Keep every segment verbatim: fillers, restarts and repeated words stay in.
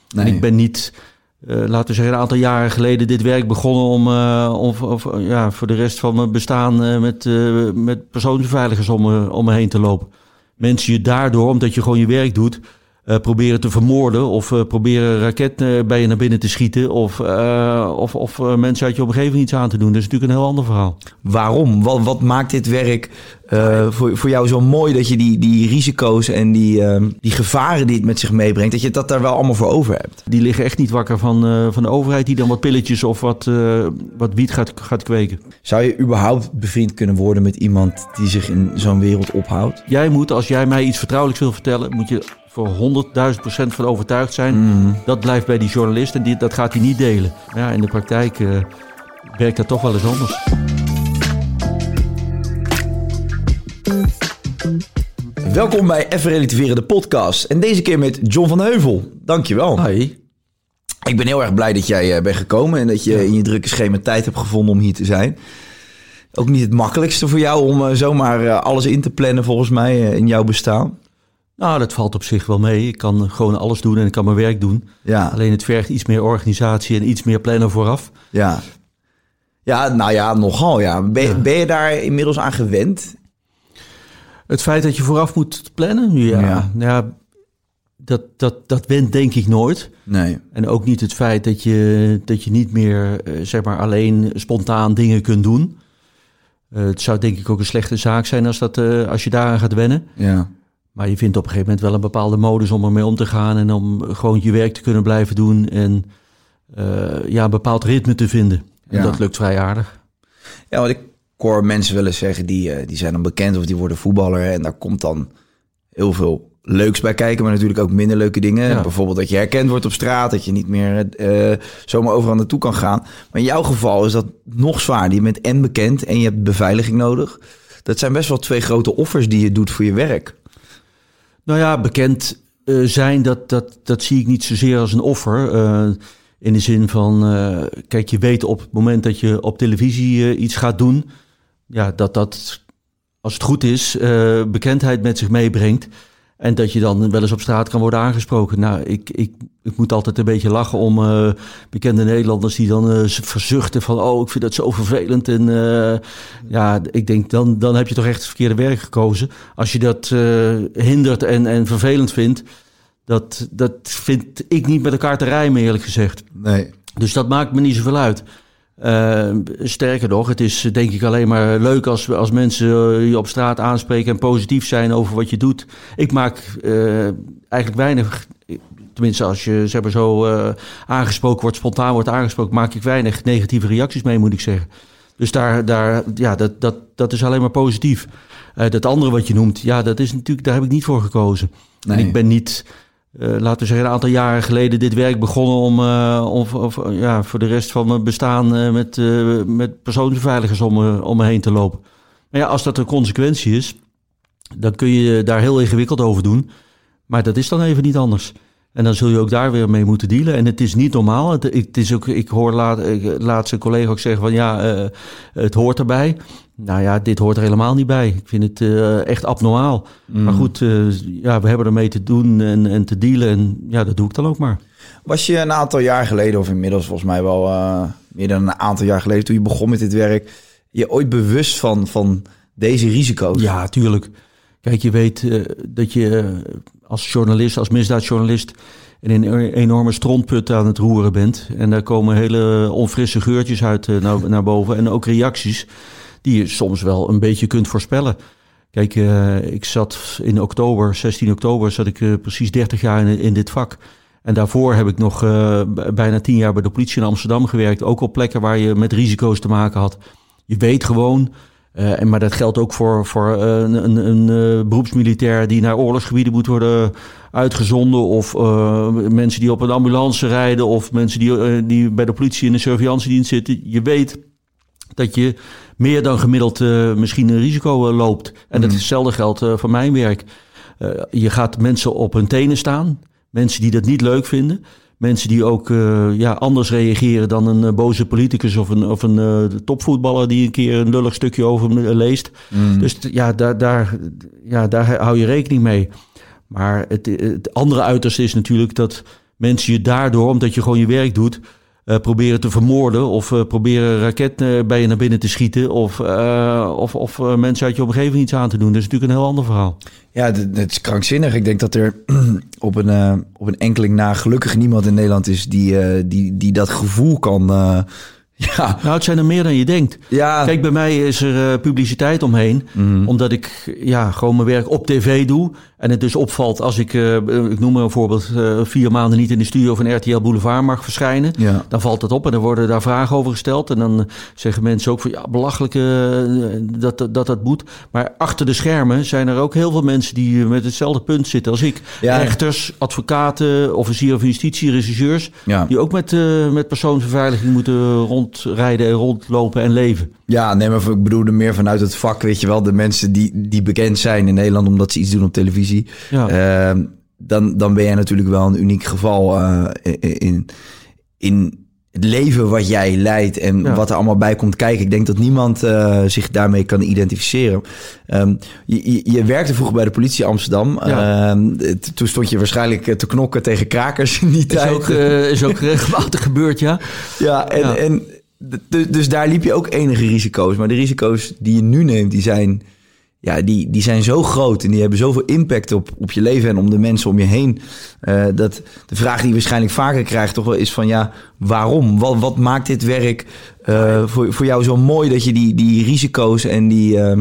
Nee. En ik ben niet, uh, laten we zeggen, een aantal jaren geleden dit werk begonnen om, uh, of, of, ja, voor de rest van mijn bestaan uh, met, uh, met persoonsbeveiligers om, uh, om me heen te lopen. Mensen je daardoor, omdat je gewoon je werk doet, uh, proberen te vermoorden of uh, proberen een raket uh, bij je naar binnen te schieten of, uh, of, of uh, mensen uit je omgeving iets aan te doen. Dat is natuurlijk een heel ander verhaal. Waarom? Wat, wat maakt dit werk uh, voor, voor jou zo mooi dat je die, die risico's en die, uh, die gevaren die het met zich meebrengt, dat je dat daar wel allemaal voor over hebt? Die liggen echt niet wakker van, uh, van de overheid die dan wat pilletjes of wat, uh, wat wiet gaat, gaat kweken. Zou je überhaupt bevriend kunnen worden met iemand die zich in zo'n wereld ophoudt? Jij moet, als jij mij iets vertrouwelijks wil vertellen, moet je voor honderdduizend procent van overtuigd zijn. Mm. Dat blijft bij die journalist en die, dat gaat hij niet delen. Ja, in de praktijk uh, werkt dat toch wel eens anders. Welkom bij Even Relativeren, de podcast. En deze keer met John van Heuvel. Dankjewel. Hoi. Ik ben heel erg blij dat jij bent gekomen en dat je in je drukke schema tijd hebt gevonden om hier te zijn. Ook niet het makkelijkste voor jou om zomaar alles in te plannen volgens mij in jouw bestaan. Nou, dat valt op zich wel mee. Ik kan gewoon alles doen en ik kan mijn werk doen. Ja. Alleen het vergt iets meer organisatie en iets meer plannen vooraf. Ja, ja nou ja, nogal ja. Ben, ja. ben je daar inmiddels aan gewend? Het feit dat je vooraf moet plannen? Ja, ja. ja dat, dat, dat went denk ik nooit. Nee. En ook niet het feit dat je, dat je niet meer zeg maar alleen spontaan dingen kunt doen. Uh, het zou denk ik ook een slechte zaak zijn als, dat, uh, als je daaraan gaat wennen. Ja. Maar je vindt op een gegeven moment wel een bepaalde modus om ermee om te gaan en om gewoon je werk te kunnen blijven doen en uh, ja, een bepaald ritme te vinden. En ja. dat lukt vrij aardig. Ja, want ik hoor mensen willen zeggen, die, die zijn dan bekend of die worden voetballer en daar komt dan heel veel leuks bij kijken, maar natuurlijk ook minder leuke dingen. Ja. Bijvoorbeeld dat je herkend wordt op straat, dat je niet meer uh, zomaar overal naartoe kan gaan. Maar in jouw geval is dat nog zwaarder. Je bent en bekend en je hebt beveiliging nodig. Dat zijn best wel twee grote offers die je doet voor je werk. Nou ja, bekend uh, zijn, dat, dat, dat zie ik niet zozeer als een offer. Uh, in de zin van, uh, kijk, je weet op het moment dat je op televisie uh, iets gaat doen, ja, dat dat, als het goed is, uh, bekendheid met zich meebrengt. En dat je dan wel eens op straat kan worden aangesproken. Nou, ik, ik, ik moet altijd een beetje lachen om uh, bekende Nederlanders die dan uh, verzuchten van, oh, ik vind dat zo vervelend. En uh, ja, ik denk, dan, dan heb je toch echt het verkeerde werk gekozen. Als je dat uh, hindert en, en vervelend vindt, dat, dat vind ik niet met elkaar te rijmen, eerlijk gezegd. Nee. Dus dat maakt me niet zoveel uit. Uh, sterker nog, het is denk ik alleen maar leuk als, als mensen je op straat aanspreken en positief zijn over wat je doet. Ik maak uh, eigenlijk weinig, tenminste als je zeg maar zo uh, aangesproken wordt, spontaan wordt aangesproken, maak ik weinig negatieve reacties mee, moet ik zeggen. Dus daar, daar, ja, dat, dat, dat is alleen maar positief. Uh, dat andere wat je noemt, ja, dat is natuurlijk, daar heb ik niet voor gekozen. Nee. En ik ben niet, Uh, laten we zeggen, een aantal jaren geleden dit werk begonnen om, uh, of, of, ja, voor de rest van mijn bestaan uh, met, uh, met persoonsbeveiligers om, uh, om me heen te lopen. Maar ja, als dat een consequentie is, dan kun je daar heel ingewikkeld over doen. Maar dat is dan even niet anders. En dan zul je ook daar weer mee moeten dealen. En het is niet normaal. Het, het is ook, ik hoor laat, laatst een collega ook zeggen van ja, uh, het hoort erbij. Nou ja, dit hoort er helemaal niet bij. Ik vind het uh, echt abnormaal. Mm. Maar goed, uh, ja, we hebben ermee te doen en, en te dealen. En ja, dat doe ik dan ook maar. Was je een aantal jaar geleden, of inmiddels volgens mij wel uh, meer dan een aantal jaar geleden, toen je begon met dit werk, je ooit bewust van, van deze risico's? Ja, tuurlijk. Kijk, je weet uh, dat je uh, als journalist, als misdaadjournalist, in een enorme strontput aan het roeren bent. En daar komen hele onfrisse geurtjes uit uh, naar, naar boven. En ook reacties die je soms wel een beetje kunt voorspellen. Kijk, uh, ik zat in oktober, zestien oktober, zat ik uh, precies dertig jaar in, in dit vak. En daarvoor heb ik nog uh, bijna tien jaar bij de politie in Amsterdam gewerkt. Ook op plekken waar je met risico's te maken had. Je weet gewoon, uh, en maar dat geldt ook voor, voor uh, een, een, een uh, beroepsmilitair die naar oorlogsgebieden moet worden uitgezonden. Of uh, mensen die op een ambulance rijden. Of mensen die, uh, die bij de politie in de surveillancedienst zitten. Je weet dat je meer dan gemiddeld uh, misschien een risico uh, loopt. En dat hetzelfde geldt uh, voor mijn werk. Uh, je gaat mensen op hun tenen staan. Mensen die dat niet leuk vinden. Mensen die ook uh, ja, anders reageren dan een uh, boze politicus of een, of een uh, topvoetballer die een keer een lullig stukje over hem uh, leest. Mm. Dus t- ja, daar, daar, ja, daar hou je rekening mee. Maar het, het andere uiterste is natuurlijk dat mensen je daardoor, omdat je gewoon je werk doet, uh, proberen te vermoorden of uh, proberen een raket uh, bij je naar binnen te schieten of, uh, of, of uh, mensen uit je omgeving iets aan te doen. Dat is natuurlijk een heel ander verhaal. Ja, het is krankzinnig. Ik denk dat er op een, uh, op een enkeling na gelukkig niemand in Nederland is die, uh, die, die dat gevoel kan... Uh, Ja. Nou, het zijn er meer dan je denkt. Ja. Kijk, bij mij is er uh, publiciteit omheen. Mm. Omdat ik ja, gewoon mijn werk op tv doe. En het dus opvalt als ik, uh, ik noem maar een voorbeeld... Uh, vier maanden niet in de studio van R T L Boulevard mag verschijnen. Ja. Dan valt het op en dan worden daar vragen over gesteld. En dan zeggen mensen ook van ja, belachelijk uh, dat, dat dat moet. Maar achter de schermen zijn er ook heel veel mensen... die met hetzelfde punt zitten als ik. Ja. Rechters, advocaten, officieren van justitie, regisseurs... Ja. die ook met, uh, met persoonsbeveiliging moeten rondrijden en rondlopen en leven. Ja, nee, maar ik bedoelde meer vanuit het vak, weet je wel. De mensen die, die bekend zijn in Nederland omdat ze iets doen op televisie. Ja. Uh, dan, dan ben jij natuurlijk wel een uniek geval uh, in, in het leven wat jij leidt en ja. wat er allemaal bij komt kijken. Ik denk dat niemand uh, zich daarmee kan identificeren. Um, je, je, je werkte vroeger bij de politie Amsterdam. Ja. Uh, t- toen stond je waarschijnlijk te knokken tegen krakers in die is tijd. Ook, uh, is ook regelmatig gebeurd, ja. Ja, en... Ja. en Dus, dus daar liep je ook enige risico's. Maar de risico's die je nu neemt, die zijn, ja, die, die zijn zo groot. En die hebben zoveel impact op, op je leven en om de mensen om je heen. Uh, dat de vraag die je waarschijnlijk vaker krijgt toch wel is van ja, waarom? Wat, wat maakt dit werk uh, voor, voor jou zo mooi dat je die, die risico's en die, uh,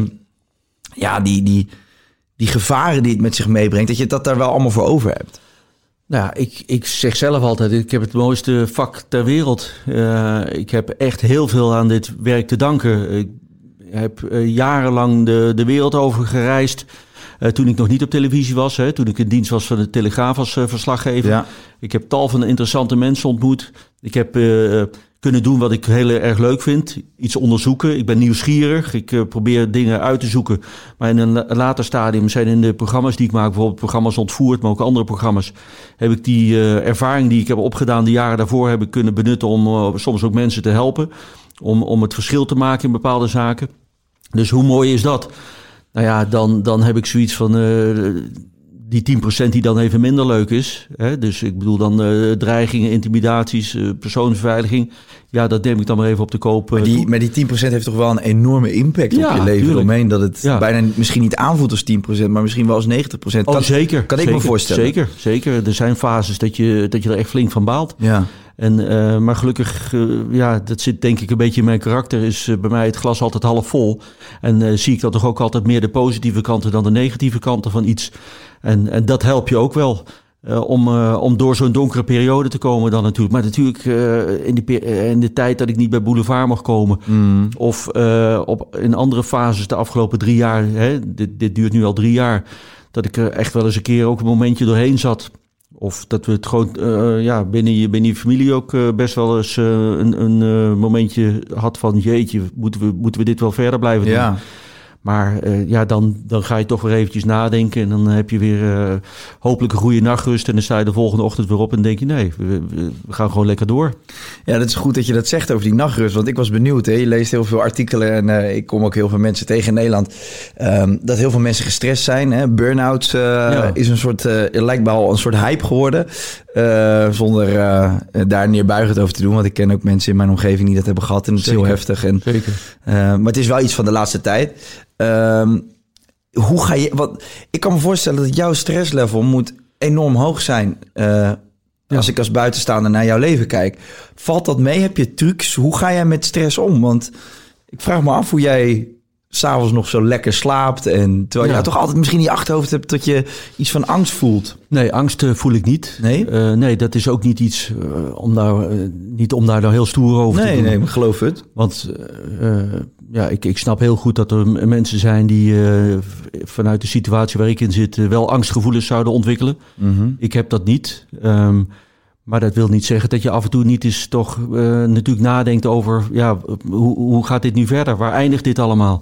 ja, die, die, die gevaren die het met zich meebrengt, dat je dat daar wel allemaal voor over hebt? Nou, ik, ik zeg zelf altijd, ik heb het mooiste vak ter wereld. Uh, ik heb echt heel veel aan dit werk te danken. Ik heb uh, jarenlang de, de wereld over gereisd. Uh, toen ik nog niet op televisie was, hè, toen ik in dienst was van de Telegraaf als uh, verslaggever. Ja. Ik heb tal van interessante mensen ontmoet. Ik heb uh, kunnen doen wat ik heel erg leuk vind. Iets onderzoeken. Ik ben nieuwsgierig. Ik uh, probeer dingen uit te zoeken. Maar in een later stadium zijn in de programma's die ik maak, bijvoorbeeld programma's Ontvoerd, maar ook andere programma's, heb ik die uh, ervaring die ik heb opgedaan de jaren daarvoor heb ik kunnen benutten om uh, soms ook mensen te helpen. Om, om het verschil te maken in bepaalde zaken. Dus hoe mooi is dat? Nou ja, dan, dan heb ik zoiets van uh, die tien procent die dan even minder leuk is. Hè? Dus ik bedoel dan uh, dreigingen, intimidaties, uh, persoonsbeveiliging. Ja, dat neem ik dan maar even op de koop. Uh, maar, die, maar die tien procent heeft toch wel een enorme impact ja, op je leven eromheen. Dat het ja. bijna misschien niet aanvoelt als tien procent, maar misschien wel als negentig procent. Kan, oh, zeker. Kan ik zeker, me voorstellen. Zeker, zeker. Er zijn fases dat je, dat je er echt flink van baalt. Ja. En, uh, maar gelukkig, uh, ja, dat zit denk ik een beetje in mijn karakter, is uh, bij mij het glas altijd half vol. En uh, zie ik dan toch ook altijd meer de positieve kanten dan de negatieve kanten van iets. En, en dat helpt je ook wel uh, om, uh, om door zo'n donkere periode te komen dan natuurlijk. Maar natuurlijk uh, in, de per- uh, in de tijd dat ik niet bij Boulevard mag komen. Mm. Of uh, op, in andere fases de afgelopen drie jaar, hè, dit, dit duurt nu al drie jaar, dat ik er echt wel eens een keer ook een momentje doorheen zat. Of dat we het gewoon uh, ja, binnen, je, binnen je familie ook uh, best wel eens uh, een, een uh, momentje had van jeetje, moeten we, moeten we dit wel verder blijven doen? Ja. Maar uh, ja, dan, dan ga je toch weer eventjes nadenken en dan heb je weer uh, hopelijk een goede nachtrust en dan sta je de volgende ochtend weer op en denk je nee, we, we, we gaan gewoon lekker door. Ja, dat is goed dat je dat zegt over die nachtrust, want ik was benieuwd. Hè? Je leest heel veel artikelen en uh, ik kom ook heel veel mensen tegen in Nederland, um, dat heel veel mensen gestrest zijn. Hè? Burn-out uh, ja. is een soort, uh, lijkt wel een soort hype geworden, uh, zonder uh, daar neerbuigend over te doen, want ik ken ook mensen in mijn omgeving die dat hebben gehad en het is heel heftig. En, Zeker. Uh, maar het is wel iets van de laatste tijd. Um, hoe ga je? Wat, ik kan me voorstellen dat jouw stresslevel moet enorm hoog zijn. Uh, ja. Als ik als buitenstaander naar jouw leven kijk, valt dat mee? Heb je trucs? Hoe ga jij met stress om? Want ik vraag me af hoe jij 's avonds nog zo lekker slaapt en terwijl ja. je toch altijd misschien in je achterhoofd hebt dat je iets van angst voelt. Nee, angst uh, voel ik niet. Nee? Uh, nee, dat is ook niet iets uh, om daar uh, niet om daar nou heel stoer over nee, te doen. Nee, nee, geloof het. Want uh, ja, ik, ik snap heel goed dat er mensen zijn die uh, vanuit de situatie waar ik in zit uh, wel angstgevoelens zouden ontwikkelen. Mm-hmm. Ik heb dat niet. Um, Maar dat wil niet zeggen dat je af en toe niet eens toch uh, natuurlijk nadenkt over ja, hoe, hoe gaat dit nu verder? Waar eindigt dit allemaal?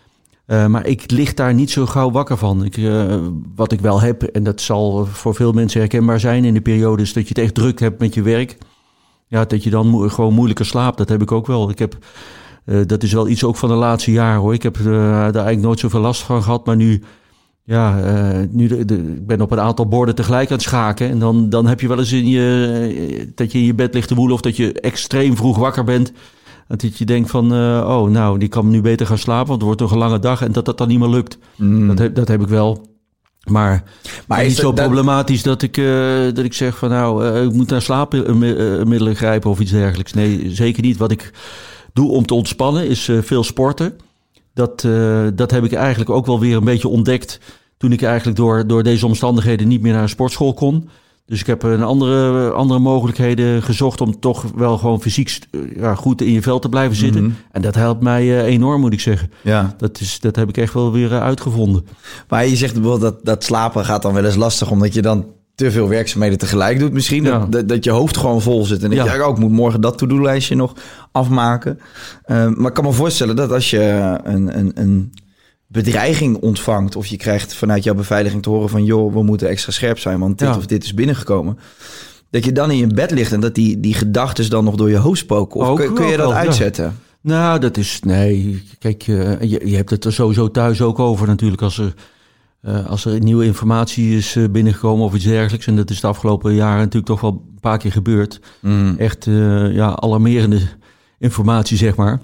Uh, maar ik lig daar niet zo gauw wakker van. Ik, uh, wat ik wel heb, en dat zal voor veel mensen herkenbaar zijn in de periodes dat je het echt druk hebt met je werk. Ja, dat je dan mo- gewoon moeilijker slaapt. Dat heb ik ook wel. Ik heb, uh, dat is wel iets ook van de laatste jaren hoor. Ik heb uh, daar eigenlijk nooit zoveel last van gehad. Maar nu Ja, uh, nu de, de, ik ben op een aantal borden tegelijk aan het schaken. En dan, dan heb je wel eens in je, dat je in je bed ligt te woelen of dat je extreem vroeg wakker bent. Dat je denkt van, uh, oh nou, die kan nu beter gaan slapen, want het wordt toch een lange dag. En dat dat dan niet meer lukt. Mm. Dat, heb, dat heb ik wel. Maar, maar is niet zo dat, problematisch dat ik, uh, dat ik zeg van nou, uh, ik moet naar slaapmiddelen grijpen of iets dergelijks. Nee, zeker niet. Wat ik doe om te ontspannen is uh, veel sporten. Dat, uh, dat heb ik eigenlijk ook wel weer een beetje ontdekt toen ik eigenlijk door, door deze omstandigheden niet meer naar een sportschool kon. Dus ik heb een andere, andere mogelijkheden gezocht om toch wel gewoon fysiek ja, goed in je vel te blijven zitten. Mm-hmm. En dat helpt mij uh, enorm, moet ik zeggen. Ja. Dat, is, dat heb ik echt wel weer uh, uitgevonden. Maar je zegt bijvoorbeeld dat, dat slapen gaat dan wel eens lastig, omdat je dan te veel werkzaamheden tegelijk doet misschien. Ja. Dat, dat, dat je hoofd gewoon vol zit. En dat ja. je ook moet morgen dat to-do-lijstje nog afmaken. Uh, maar ik kan me voorstellen dat als je een... een, een bedreiging ontvangt of je krijgt vanuit jouw beveiliging te horen van joh, we moeten extra scherp zijn, want dit ja. of dit is binnengekomen. Dat je dan in je bed ligt en dat die, die gedachten dan nog door je hoofd spoken. Of ook, kun, kun je dat wel, uitzetten? Ja. Nou, dat is... Nee, kijk, uh, je, je hebt het er sowieso thuis ook over natuurlijk als er, uh, als er nieuwe informatie is uh, binnengekomen of iets dergelijks. En dat is de afgelopen jaren natuurlijk toch wel een paar keer gebeurd. Mm. Echt uh, ja, alarmerende informatie, zeg maar.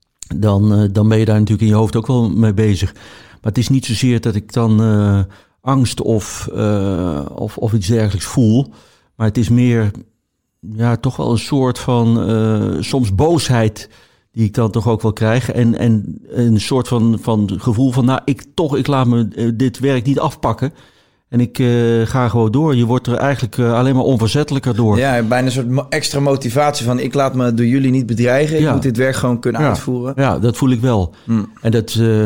Dan, uh, dan ben je daar natuurlijk in je hoofd ook wel mee bezig. Maar het is niet zozeer dat ik dan uh, angst of, uh, of, of iets dergelijks voel. Maar het is meer ja, toch wel een soort van uh, soms boosheid die ik dan toch ook wel krijg. En, en een soort van, van gevoel van, nou, ik toch, ik laat me uh, dit werk niet afpakken. En ik uh, ga gewoon door. Je wordt er eigenlijk uh, alleen maar onverzettelijker door. Ja, bijna een soort extra motivatie van... ik laat me door jullie niet bedreigen. Ik ja. moet dit werk gewoon kunnen ja. uitvoeren. Ja, dat voel ik wel. Mm. En dat, uh,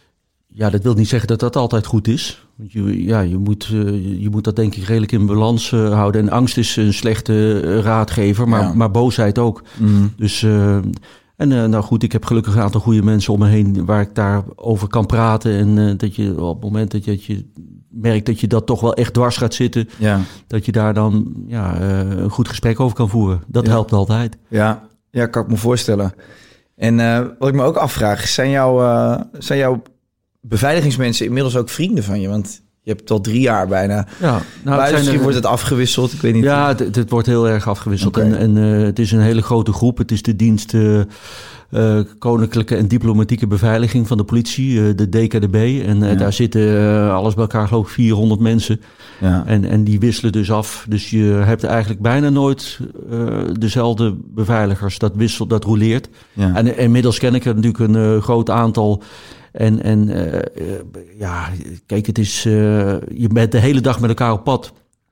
ja, dat wil niet zeggen dat dat altijd goed is. Want je, ja, je, moet, uh, je moet dat denk ik redelijk in balans uh, houden. En angst is een slechte uh, raadgever, maar, ja. maar boosheid ook. Mm. Dus... Uh, En uh, nou goed, ik heb gelukkig een aantal goede mensen om me heen waar ik daarover kan praten. En uh, dat je op het moment dat je, dat je merkt dat je dat toch wel echt dwars gaat zitten, ja. dat je daar dan ja, uh, een goed gesprek over kan voeren. Dat ja. helpt altijd. Ja. ja, kan ik me voorstellen. En uh, wat ik me ook afvraag, zijn, jou, uh, zijn jouw beveiligingsmensen inmiddels ook vrienden van je? Want je hebt het al drie jaar bijna. Ja, nou, het misschien er, wordt het afgewisseld, ik weet niet. Ja, het, het wordt heel erg afgewisseld. Okay. En, en uh, het is een hele grote groep. Het is de dienst uh, uh, Koninklijke en Diplomatieke Beveiliging van de politie, uh, de D K D B. En uh, ja. daar zitten uh, alles bij elkaar geloof ik vierhonderd mensen. Ja. En, en die wisselen dus af. Dus je hebt eigenlijk bijna nooit uh, dezelfde beveiligers. Dat wisselt, dat roleert. Ja. En uh, inmiddels ken ik er natuurlijk een uh, groot aantal. En, en uh, uh, ja, kijk, het is, uh, je bent de hele dag met elkaar op pad.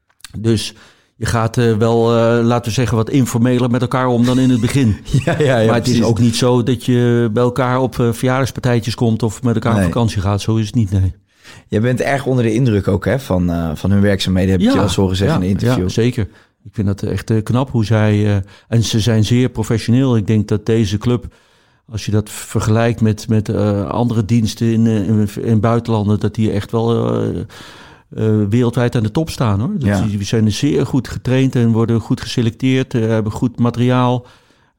Dus je gaat uh, wel, uh, laten we zeggen, wat informeler met elkaar om dan in het begin. ja, ja, ja, maar het precies. is ook niet zo dat je bij elkaar op uh, verjaardagspartijtjes komt of met elkaar nee. op vakantie gaat. Zo is het niet, nee. Jij bent erg onder de indruk ook hè, van, uh, van hun werkzaamheden, heb ik ja, je al eens horen zeggen ja, in een interview. Ja, zeker. Ik vind dat echt uh, knap hoe zij... Uh, en ze zijn zeer professioneel. Ik denk dat deze club... Als je dat vergelijkt met, met uh, andere diensten in, in, in buitenlanden, dat die echt wel uh, uh, wereldwijd aan de top staan, hoor. Dat ja. Die zijn zeer goed getraind en worden goed geselecteerd, uh, hebben goed materiaal.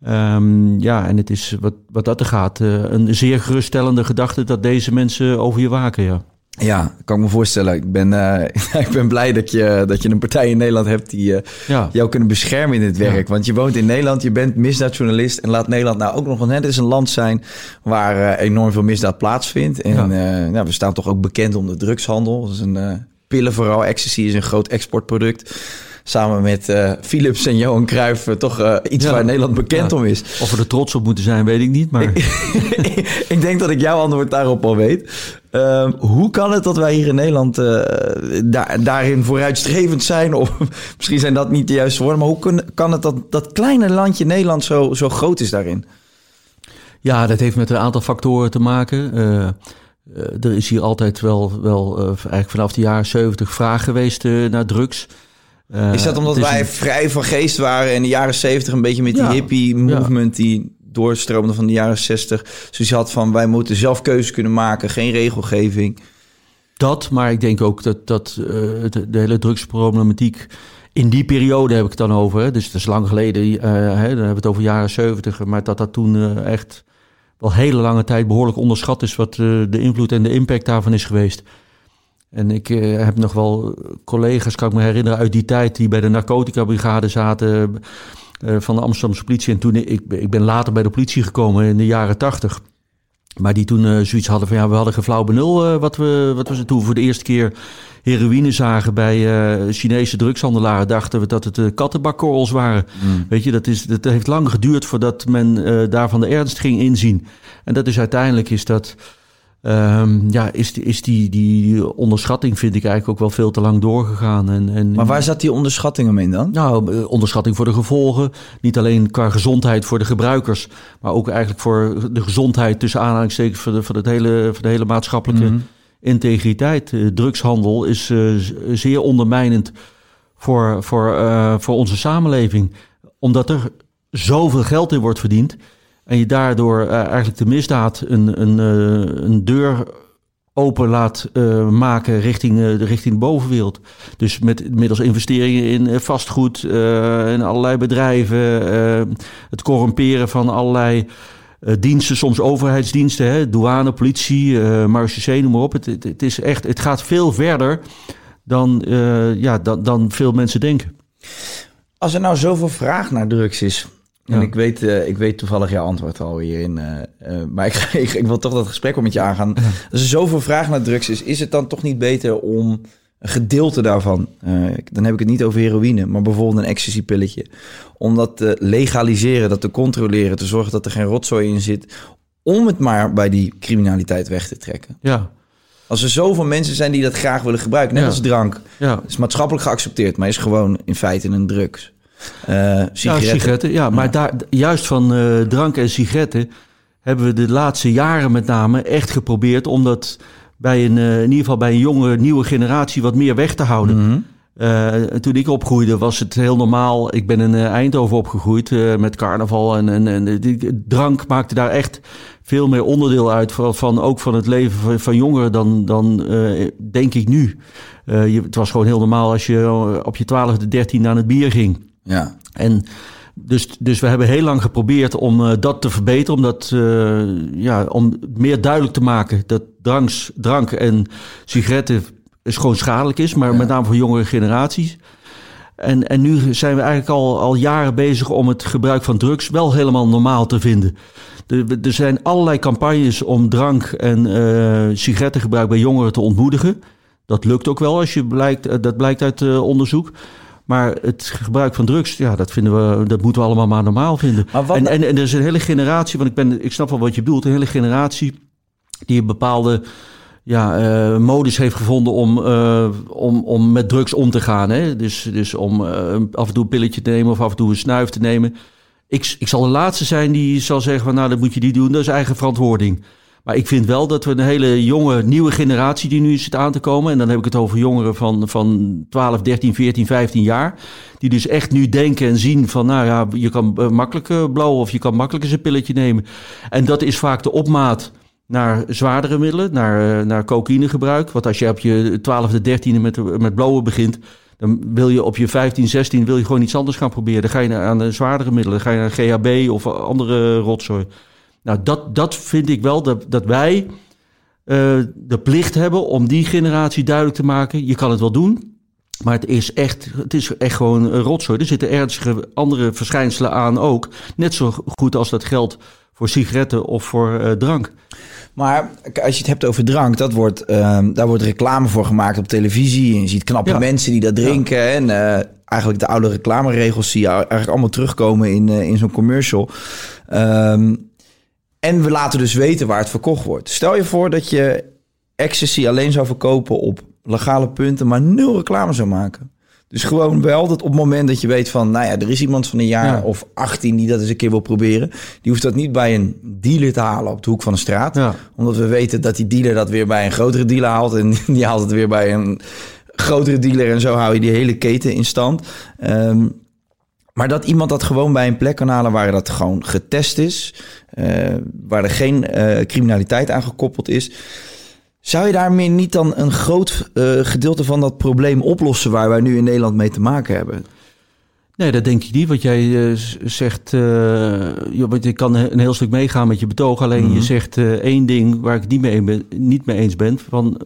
Um, ja, en het is wat, wat dat er gaat, uh, een zeer geruststellende gedachte dat deze mensen over je waken, ja. Ja, kan ik me voorstellen. Ik ben, uh, ik ben blij dat je, dat je een partij in Nederland hebt die uh, ja. jou kunnen beschermen in dit werk. Ja. Want je woont in Nederland, je bent misdaadjournalist en laat Nederland nou ook nog een, het is een land zijn waar uh, enorm veel misdaad plaatsvindt. En ja. uh, nou, we staan toch ook bekend om de drugshandel. Dat is een uh, pillen vooral. Ecstasy is een groot exportproduct. Samen met uh, Philips en Johan Cruijff uh, toch uh, iets ja. waar Nederland bekend ja. om is. Of we er trots op moeten zijn, weet ik niet. Maar ik denk dat ik jouw antwoord daarop al weet. Uh, hoe kan het dat wij hier in Nederland uh, daar, daarin vooruitstrevend zijn? Of misschien zijn dat niet de juiste woorden. Maar hoe kun, kan het dat dat kleine landje Nederland zo, zo groot is daarin? Ja, dat heeft met een aantal factoren te maken. Uh, uh, er is hier altijd wel, wel uh, eigenlijk vanaf de jaren zeventig vraag geweest uh, naar drugs. Uh, is dat omdat wij een... vrij van geest waren in de jaren zeventig een beetje met die ja, hippie movement ja. die doorstroomde van de jaren zestig. Dus je had van wij moeten zelf keuzes kunnen maken, geen regelgeving. Dat, maar ik denk ook dat, dat uh, de, de hele drugsproblematiek in die periode heb ik het dan over. Hè, dus dat is lang geleden, uh, hè, dan hebben we het over jaren zeventig. Maar dat dat toen uh, echt wel hele lange tijd behoorlijk onderschat is wat uh, de invloed en de impact daarvan is geweest. En ik uh, heb nog wel collega's, kan ik me herinneren, uit die tijd die bij de narcotica-brigade zaten uh, van de Amsterdamse politie. En toen, ik, ik ben later bij de politie gekomen in de jaren tachtig. Maar die toen uh, zoiets hadden van, ja, we hadden geen flauw benul. Uh, wat, we, wat was het toen voor de eerste keer heroïne zagen bij uh, Chinese drugshandelaren, dachten we dat het uh, kattenbakkorrels waren. Mm. Weet je, dat, is, dat heeft lang geduurd voordat men uh, daarvan de ernst ging inzien. En dat is uiteindelijk is dat... Um, ja, is, die, is die, die onderschatting vind ik eigenlijk ook wel veel te lang doorgegaan. En, en, maar waar zat die onderschatting hem in dan? Nou, onderschatting voor de gevolgen. Niet alleen qua gezondheid voor de gebruikers, maar ook eigenlijk voor de gezondheid tussen aanhalingstekens voor de, voor het hele, voor de hele maatschappelijke mm-hmm. integriteit. Uh, drugshandel is uh, zeer ondermijnend voor, voor, uh, voor onze samenleving. Omdat er zoveel geld in wordt verdiend. En je daardoor uh, eigenlijk de misdaad een, een, uh, een deur open laat uh, maken richting, uh, de, richting de bovenwereld. Dus met middels investeringen in uh, vastgoed, uh, in allerlei bedrijven, uh, het corrumperen van allerlei uh, diensten, soms overheidsdiensten, hè, douane, politie, uh, marechaussee, noem maar op. Het, het, het, is echt, het gaat veel verder dan, uh, ja, dan, dan veel mensen denken. Als er nou zoveel vraag naar drugs is... En ja. ik, weet, uh, ik weet toevallig jouw antwoord al hierin. Uh, uh, maar ik, ik, ik wil toch dat gesprek wel met je aangaan. Ja. Als er zoveel vraag naar drugs is, is het dan toch niet beter om een gedeelte daarvan... Uh, dan heb ik het niet over heroïne, maar bijvoorbeeld een ecstasy-pilletje. Om dat te legaliseren, dat te controleren, te zorgen dat er geen rotzooi in zit. Om het maar bij die criminaliteit weg te trekken. Ja. Als er zoveel mensen zijn die dat graag willen gebruiken, net ja. als drank. Ja. is maatschappelijk geaccepteerd, maar is gewoon in feite een drugs. Uh, sigaretten. Ja, sigaretten. Ja, maar ja. Daar, juist van uh, drank en sigaretten hebben we de laatste jaren met name echt geprobeerd om dat bij een, uh, in ieder geval bij een jonge, nieuwe generatie wat meer weg te houden. Mm-hmm. Uh, toen ik opgroeide was het heel normaal. Ik ben in uh, Eindhoven opgegroeid uh, met carnaval en, en, en die drank maakte daar echt veel meer onderdeel uit van, van ook van het leven van, van jongeren dan, dan uh, denk ik nu. Uh, je, het was gewoon heel normaal als je op je twaalfde, dertiende aan het bier ging. Ja. En dus, dus we hebben heel lang geprobeerd om uh, dat te verbeteren, om dat uh, ja, om meer duidelijk te maken dat dranks, drank en sigaretten is gewoon schadelijk is, maar ja. met name voor jongere generaties. En, en nu zijn we eigenlijk al, al jaren bezig om het gebruik van drugs wel helemaal normaal te vinden. Er, er zijn allerlei campagnes om drank en uh, sigarettengebruik bij jongeren te ontmoedigen. Dat lukt ook wel, als je blijkt, dat blijkt uit uh, onderzoek. Maar het gebruik van drugs, ja, dat vinden we, dat moeten we allemaal maar normaal vinden. Maar en, en, en er is een hele generatie, want ik ben, ik snap wel wat je bedoelt, een hele generatie die een bepaalde ja, uh, modus heeft gevonden om, uh, om, om met drugs om te gaan. Hè? Dus, dus om uh, af en toe een pilletje te nemen of af en toe een snuif te nemen. Ik, ik zal de laatste zijn die zal zeggen van, nou, dat moet je niet doen, dat is eigen verantwoording. Maar ik vind wel dat we een hele jonge, nieuwe generatie die nu zit aan te komen. En dan heb ik het over jongeren van, van twaalf, dertien, veertien, vijftien jaar. Die dus echt nu denken en zien van, nou ja, je kan uh, makkelijk uh, blowen of je kan makkelijk eens een pilletje nemen. En dat is vaak de opmaat naar zwaardere middelen, naar, uh, naar cocaïnegebruik. Want als je op je twaalfde, dertiende met, met blowen begint, dan wil je op je vijftien, zestien wil je gewoon iets anders gaan proberen. Dan ga je naar, aan de zwaardere middelen, dan ga je naar G H B of andere rotzooi. Nou, dat, dat vind ik wel, dat, dat wij uh, de plicht hebben om die generatie duidelijk te maken. Je kan het wel doen, maar het is echt, het is echt gewoon een rotzooi. Er zitten ernstige andere verschijnselen aan ook. Net zo goed als dat geldt voor sigaretten of voor uh, drank. Maar als je het hebt over drank, dat wordt, uh, daar wordt reclame voor gemaakt op televisie. En je ziet knappe ja. mensen die dat drinken. Ja. En uh, eigenlijk de oude reclameregels zie je eigenlijk allemaal terugkomen in, uh, in zo'n commercial. Um, En we laten dus weten waar het verkocht wordt. Stel je voor dat je ecstasy alleen zou verkopen op legale punten, maar nul reclame zou maken. Dus gewoon wel dat op het moment dat je weet van, nou ja, er is iemand van een jaar ja. of achttien die dat eens een keer wil proberen. Die hoeft dat niet bij een dealer te halen op de hoek van de straat. Ja. Omdat we weten dat die dealer dat weer bij een grotere dealer haalt. En die haalt het weer bij een grotere dealer. En zo hou je die hele keten in stand. Um, Maar dat iemand dat gewoon bij een plek kan halen waar dat gewoon getest is, uh, waar er geen uh, criminaliteit aan gekoppeld is. Zou je daarmee niet dan een groot uh, gedeelte van dat probleem oplossen waar wij nu in Nederland mee te maken hebben? Nee, dat denk ik niet. Wat jij uh, zegt, uh, je, je kan een heel stuk meegaan met je betoog. Alleen mm-hmm. je zegt uh, één ding waar ik het niet mee, ben, niet mee eens ben. Van,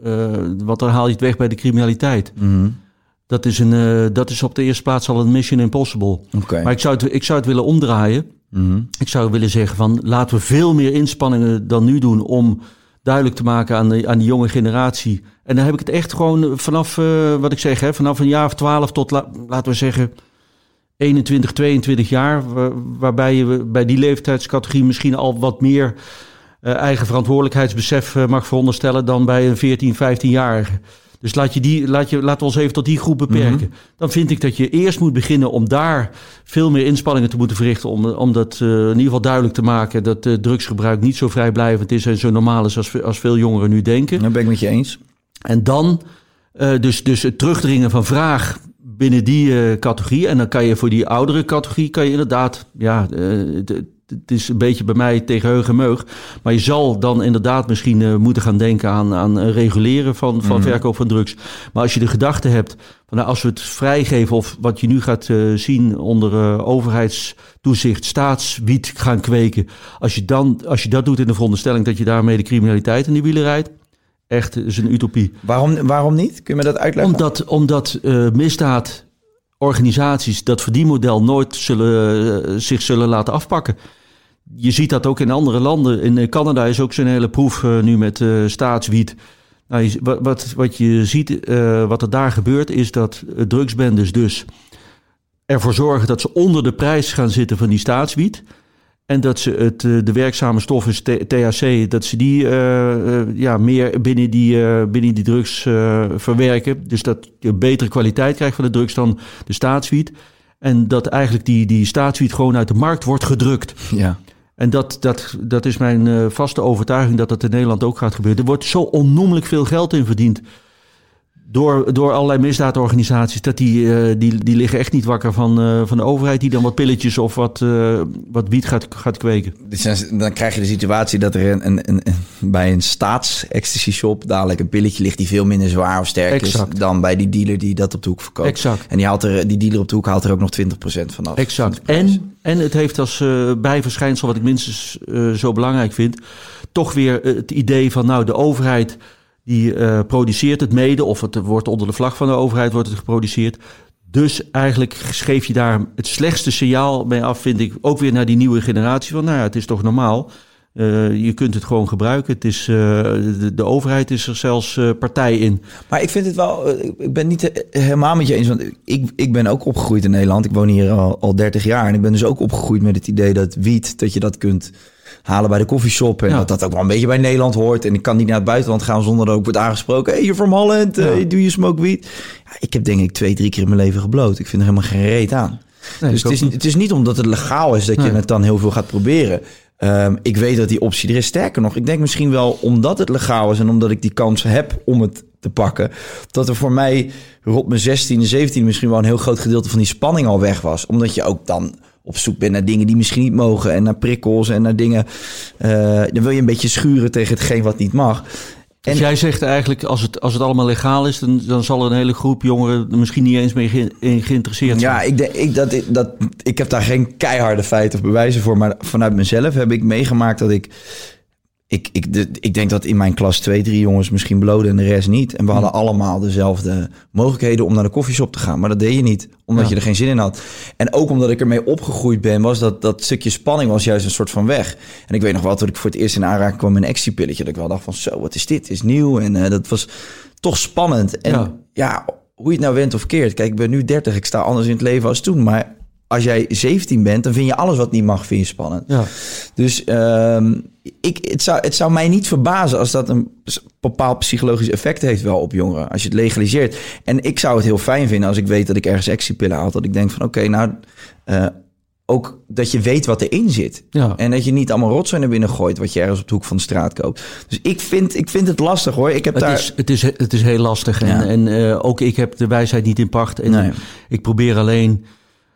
Uh, want dan haal je het weg bij de criminaliteit. Mm-hmm. Dat is, een, uh, dat is op de eerste plaats al een mission impossible. Okay. Maar ik zou, het, ik zou het willen omdraaien. Mm-hmm. Ik zou willen zeggen van laten we veel meer inspanningen dan nu doen om duidelijk te maken aan de, aan de jonge generatie. En dan heb ik het echt gewoon vanaf, uh, wat ik zeg, hè, vanaf een jaar of twaalf tot, la, laten we zeggen, eenentwintig, tweeëntwintig jaar. Waar, waarbij je bij die leeftijdscategorie misschien al wat meer uh, eigen verantwoordelijkheidsbesef uh, mag veronderstellen dan bij een veertien, vijftienjarige. Dus laat je die, laat je, laten we ons even tot die groep beperken. Mm-hmm. Dan vind ik dat je eerst moet beginnen om daar veel meer inspanningen te moeten verrichten. Om, om dat uh, in ieder geval duidelijk te maken dat uh, drugsgebruik niet zo vrijblijvend is en zo normaal is als, als veel jongeren nu denken. Dat ben ik met je eens. En dan uh, dus, dus het terugdringen van vraag binnen die uh, categorie. En dan kan je voor die oudere categorie kan je inderdaad, ja, uh, d- het is een beetje bij mij tegen heug en meug. Maar je zal dan inderdaad misschien uh, moeten gaan denken aan, aan reguleren van, van mm. verkoop van drugs. Maar als je de gedachte hebt van nou, als we het vrijgeven of wat je nu gaat uh, zien onder uh, overheidstoezicht, staatswiet gaan kweken. Als je, dan, als je dat doet in de veronderstelling dat je daarmee de criminaliteit in de wielen rijdt. Echt, is een utopie. Waarom, waarom niet? Kun je me dat uitleggen? Omdat, omdat uh, misdaadorganisaties dat verdienmodel nooit zullen, uh, zich zullen laten afpakken. Je ziet dat ook in andere landen. In Canada is ook zo'n hele proef uh, nu met uh, staatswiet. Nou, je, wat, wat, wat je ziet, uh, wat er daar gebeurt, is dat uh, drugsbendes dus ervoor zorgen dat ze onder de prijs gaan zitten van die staatswiet. En dat ze het, de werkzame stof is T H C, dat ze die uh, uh, ja, meer binnen die, uh, binnen die drugs uh, verwerken. Dus dat je een betere kwaliteit krijgt van de drugs dan de staatswiet. En dat eigenlijk die, die staatswiet gewoon uit de markt wordt gedrukt. Ja. En dat, dat, dat is mijn uh, vaste overtuiging dat dat in Nederland ook gaat gebeuren. Er wordt zo onnoemelijk veel geld in verdiend door, door allerlei misdaadorganisaties. Dat die, uh, die, die liggen echt niet wakker van, uh, van de overheid die dan wat pilletjes of wat, uh, wat wiet gaat, gaat kweken. Dus dan krijg je de situatie dat er een, een, een, bij een staats-ecstasy shop dadelijk een pilletje ligt die veel minder zwaar of sterk exact. is dan bij die dealer die dat op de hoek verkoopt. Exact. En die, haalt er, die dealer op de hoek haalt er ook nog twintig procent van af. Exact. En, en het heeft als uh, bijverschijnsel, wat ik minstens uh, zo belangrijk vind, toch weer uh, het idee van nou de overheid die uh, produceert het mede, of het wordt onder de vlag van de overheid wordt het geproduceerd. Dus eigenlijk geef je daar het slechtste signaal mee af, vind ik, ook weer naar die nieuwe generatie van, nou ja, het is toch normaal. Uh, je kunt het gewoon gebruiken. Het is, uh, de, de overheid is er zelfs uh, partij in. Maar ik vind het wel, uh, ik ben niet helemaal met je eens, want ik, ik ben ook opgegroeid in Nederland. Ik woon hier al, al dertig jaar en ik ben dus ook opgegroeid met het idee dat wiet, dat je dat kunt halen bij de koffieshop en ja. dat dat ook wel een beetje bij Nederland hoort. En ik kan niet naar het buitenland gaan zonder dat ook wordt aangesproken. Hey, you're from Holland, uh, ja. do you smoke weed? Ja, ik heb denk ik twee, drie keer in mijn leven gebloot. Ik vind er helemaal geen reet aan. Nee, dus het is, het is niet omdat het legaal is dat nee. je het dan heel veel gaat proberen. Um, ik weet dat die optie er is. Sterker nog, ik denk misschien wel omdat het legaal is en omdat ik die kans heb om het te pakken, dat er voor mij rond mijn zestiende, zeventiende misschien wel een heel groot gedeelte van die spanning al weg was. Omdat je ook dan op zoek bent naar dingen die misschien niet mogen en naar prikkels en naar dingen. Uh, dan wil je een beetje schuren tegen hetgeen wat niet mag. En dus jij zegt eigenlijk, als het, als het allemaal legaal is, dan, dan zal er een hele groep jongeren er misschien niet eens mee ge, in geïnteresseerd zijn. Ja, ik, denk, ik, dat, dat, ik heb daar geen keiharde feiten of bewijzen voor, maar vanuit mezelf heb ik meegemaakt dat ik... Ik, ik, de, ik denk dat in mijn klas twee, drie jongens misschien bloden en de rest niet. En we hadden allemaal dezelfde mogelijkheden om naar de koffieshop te gaan. Maar dat deed je niet, omdat ja. je er geen zin in had. En ook omdat ik ermee opgegroeid ben, was dat, dat stukje spanning was juist een soort van weg. En ik weet nog wel, toen ik voor het eerst in aanraking kwam met een ecstasy-pilletje, dat ik wel dacht van zo, wat is dit? Het is nieuw. En uh, dat was toch spannend. En ja. ja, hoe je het nou went of keert. Kijk, ik ben nu dertig, ik sta anders in het leven als toen. Maar als jij zeventien bent, dan vind je alles wat niet mag, vind je spannend. Ja. Dus um, ik, het, zou, het zou mij niet verbazen als dat een bepaald psychologisch effect heeft wel op jongeren. Als je het legaliseert. En ik zou het heel fijn vinden als ik weet dat ik ergens ecstasy-pillen haal. Dat ik denk van oké, okay, nou... Uh, ook dat je weet wat erin zit. Ja. En dat je niet allemaal rotzooi naar binnen gooit wat je ergens op de hoek van de straat koopt. Dus ik vind, ik vind het lastig hoor. Ik heb het, daar... is, het, is, het is heel lastig. En, ja. en uh, ook ik heb de wijsheid niet in pacht. En nee. ik probeer alleen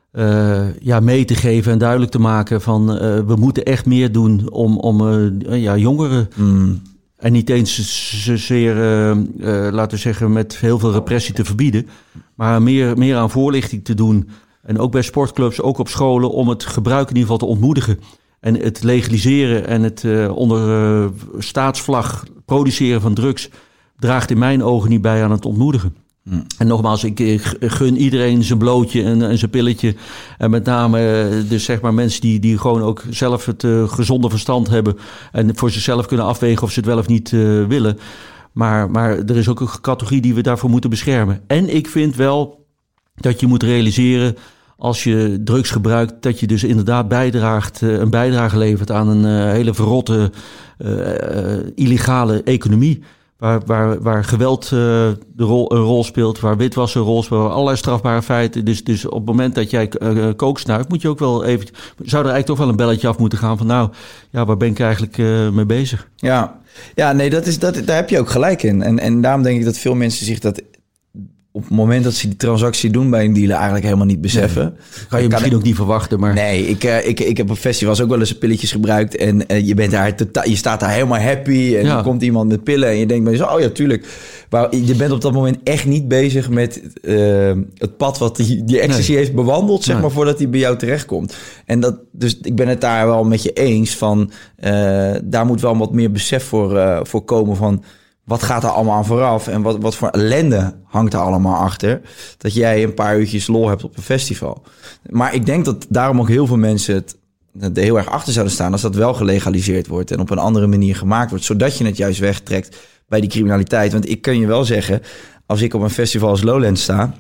uh, ja, mee te geven en duidelijk te maken van uh, we moeten echt meer doen om, om uh, ja, jongeren... Mm. En niet eens zozeer, uh, uh, laten we zeggen, met heel veel repressie te verbieden. Maar meer, meer aan voorlichting te doen. En ook bij sportclubs, ook op scholen, om het gebruik in ieder geval te ontmoedigen. En het legaliseren en het uh, onder uh, staatsvlag produceren van drugs draagt in mijn ogen niet bij aan het ontmoedigen. Hmm. En nogmaals, ik, ik gun iedereen zijn blootje en, en zijn pilletje. En met name dus zeg maar mensen die, die gewoon ook zelf het uh, gezonde verstand hebben en voor zichzelf kunnen afwegen of ze het wel of niet uh, willen. Maar, maar er is ook een categorie die we daarvoor moeten beschermen. En ik vind wel dat je moet realiseren, als je drugs gebruikt, dat je dus inderdaad bijdraagt, uh, een bijdrage levert aan een uh, hele verrotte, uh, uh, illegale economie. Waar, waar, waar geweld uh, de rol, een rol speelt, waar witwassen een rol speelt, waar allerlei strafbare feiten. Dus, dus op het moment dat jij uh, kook snuift, moet je ook wel even, zou er eigenlijk toch wel een belletje af moeten gaan van nou, ja, waar ben ik eigenlijk uh, mee bezig? Ja, ja nee, dat is, dat, daar heb je ook gelijk in. En, en daarom denk ik dat veel mensen zich dat op het moment dat ze die transactie doen bij een dealer eigenlijk helemaal niet beseffen. Nee, kan je kan misschien ik, ook niet verwachten, maar... Nee, ik, uh, ik, ik heb op festivals ook wel eens pilletjes gebruikt en uh, je bent daar totaal, je staat daar helemaal happy en ja. er komt iemand met pillen en je denkt bij jezelf, oh ja, tuurlijk. Maar je bent op dat moment echt niet bezig met uh, het pad wat die, die ecstasy nee. heeft bewandeld, zeg nee. maar, voordat hij bij jou terechtkomt. En dat, dus ik ben het daar wel met je eens van, uh, daar moet wel wat meer besef voor, uh, voor komen van, wat gaat er allemaal aan vooraf en wat, wat voor ellende hangt er allemaal achter, dat jij een paar uurtjes lol hebt op een festival. Maar ik denk dat daarom ook heel veel mensen het er heel erg achter zouden staan als dat wel gelegaliseerd wordt en op een andere manier gemaakt wordt, zodat je het juist wegtrekt bij die criminaliteit. Want ik kan je wel zeggen, als ik op een festival als Lowlands sta,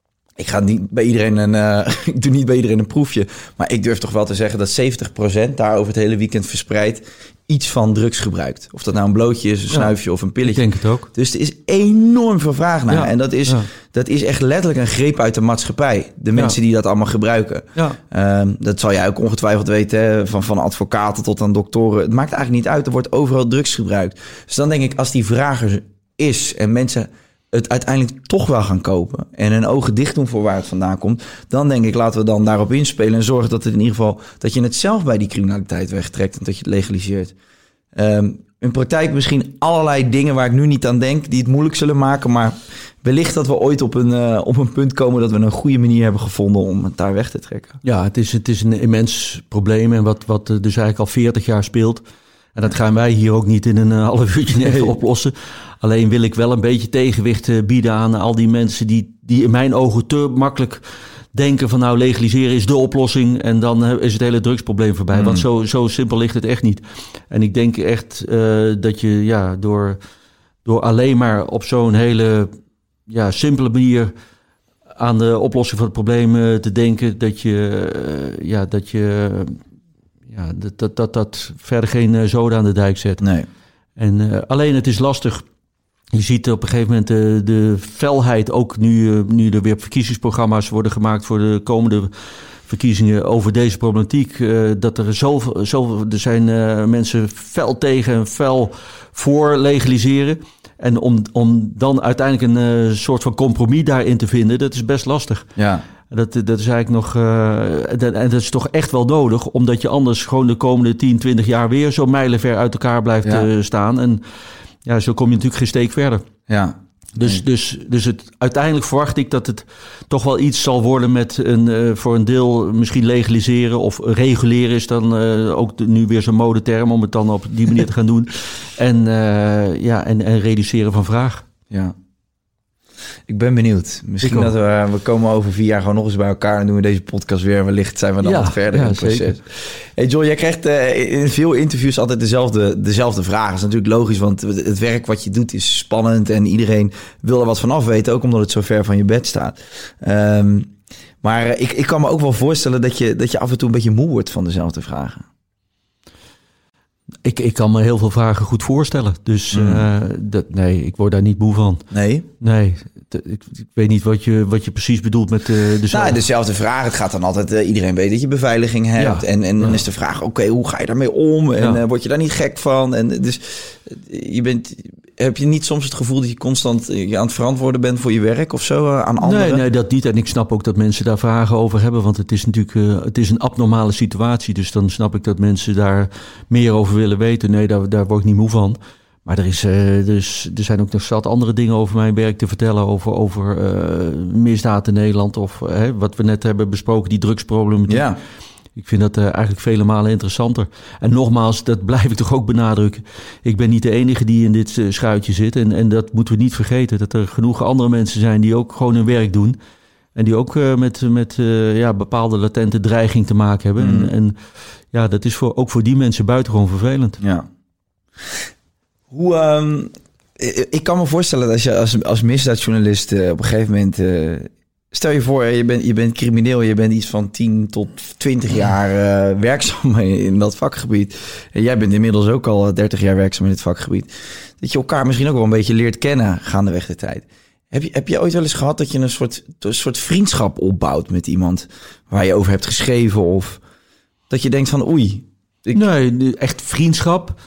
ik ga niet bij iedereen een, uh, ik doe niet bij iedereen een proefje, maar ik durf toch wel te zeggen dat zeventig procent daar over het hele weekend verspreid iets van drugs gebruikt. Of dat nou een blootje is, een snuifje ja, of een pilletje. Ik denk het ook. Dus er is enorm veel vraag naar. Ja, en dat is, ja. dat is echt letterlijk een greep uit de maatschappij. De mensen ja. die dat allemaal gebruiken. Ja. Um, dat zal jij ook ongetwijfeld weten, hè? Van, van advocaten tot aan doktoren. Het maakt eigenlijk niet uit, er wordt overal drugs gebruikt. Dus dan denk ik, als die vraag er is en mensen het uiteindelijk toch wel gaan kopen en hun ogen dicht doen voor waar het vandaan komt, dan denk ik, laten we dan daarop inspelen en zorgen dat het in ieder geval, dat je het zelf bij die criminaliteit wegtrekt en dat je het legaliseert. Um, in praktijk misschien allerlei dingen waar ik nu niet aan denk, die het moeilijk zullen maken, maar wellicht dat we ooit op een, uh, op een punt komen dat we een goede manier hebben gevonden om het daar weg te trekken. Ja, het is, het is een immens probleem en wat, wat dus eigenlijk al veertig jaar speelt. En dat gaan wij hier ook niet in een uh, half uurtje even nee. oplossen. Alleen wil ik wel een beetje tegenwicht uh, bieden aan al die mensen die, die in mijn ogen te makkelijk denken van nou legaliseren is de oplossing en dan uh, is het hele drugsprobleem voorbij. Mm. Want zo, zo simpel ligt het echt niet. En ik denk echt uh, dat je ja, door, door alleen maar op zo'n hele ja, simpele manier aan de oplossing van het probleem uh, te denken, dat je uh, ja, dat je uh, Ja, dat, dat, dat, dat verder geen uh, zoden aan de dijk zet. Nee. En uh, alleen het is lastig. Je ziet op een gegeven moment uh, de felheid, ook nu, uh, nu er weer verkiezingsprogramma's worden gemaakt voor de komende verkiezingen over deze problematiek. Uh, dat er zoveel, zoveel er zijn uh, mensen fel tegen en fel voor legaliseren. En om, om dan uiteindelijk een uh, soort van compromis daarin te vinden, dat is best lastig. Ja. Dat, dat is eigenlijk nog, uh, dat, en dat is toch echt wel nodig, omdat je anders gewoon de komende tien, twintig jaar weer zo mijlenver uit elkaar blijft ja. uh, staan. En ja, zo kom je natuurlijk geen steek verder. Ja. Dus, nee. dus, dus het, uiteindelijk verwacht ik dat het toch wel iets zal worden met een, uh, voor een deel misschien legaliseren of reguleren is dan uh, ook de, nu weer zo'n modeterm om het dan op die manier te gaan doen. En, uh, ja, en, en reduceren van vraag. Ja. Ik ben benieuwd. Misschien dat we, we komen over vier jaar gewoon nog eens bij elkaar en doen we deze podcast weer. En wellicht zijn we dan ja, wat verder ja, in het proces. Zeker. Hey John, jij krijgt uh, in veel interviews altijd dezelfde, dezelfde vragen. Dat is natuurlijk logisch, want het werk wat je doet is spannend en iedereen wil er wat van af weten, ook omdat het zo ver van je bed staat. Um, maar uh, ik, ik kan me ook wel voorstellen dat je, dat je af en toe een beetje moe wordt van dezelfde vragen. Ik, ik kan me heel veel vragen goed voorstellen. Dus mm. uh, dat, nee, ik word daar niet moe van. Nee? Nee. Ik, ik weet niet wat je, wat je precies bedoelt met uh, dezelfde... Nou, dezelfde vraag. Het gaat dan altijd... Uh, iedereen weet dat je beveiliging hebt. Ja. En, en dan ja. is de vraag... Oké, okay, hoe ga je daarmee om? En ja. uh, word je daar niet gek van? En dus je bent... Heb je niet soms het gevoel dat je constant uh, je aan het verantwoorden bent voor je werk of zo uh, aan anderen? Nee, nee, dat niet. En ik snap ook dat mensen daar vragen over hebben. Want het is natuurlijk uh, het is een abnormale situatie. Dus dan snap ik dat mensen daar meer over willen weten. Nee, daar, daar word ik niet moe van. Maar er, is, uh, dus, er zijn ook nog zat andere dingen over mijn werk te vertellen. Over, over uh, misdaad in Nederland. Of uh, wat we net hebben besproken, die drugsproblematiek. Ja. Ik vind dat uh, eigenlijk vele malen interessanter. En nogmaals, dat blijf ik toch ook benadrukken. Ik ben niet de enige die in dit uh, schuitje zit. En, en dat moeten we niet vergeten. Dat er genoeg andere mensen zijn die ook gewoon hun werk doen. En die ook uh, met, met uh, ja, bepaalde latente dreiging te maken hebben. Mm. En, en ja, dat is voor, ook voor die mensen buitengewoon vervelend. Ja. Hoe... Um... Ik kan me voorstellen dat als je als, als misdaadjournalist uh, op een gegeven moment... Uh, stel je voor, je bent, je bent crimineel, je bent iets van tien tot twintig jaar uh, werkzaam in, in dat vakgebied. En jij bent inmiddels ook al dertig jaar werkzaam in het vakgebied. Dat je elkaar misschien ook wel een beetje leert kennen gaandeweg de tijd. Heb je, heb je ooit wel eens gehad dat je een soort, een soort vriendschap opbouwt met iemand waar je over hebt geschreven? Of dat je denkt van oei. Ik... Nee, echt vriendschap...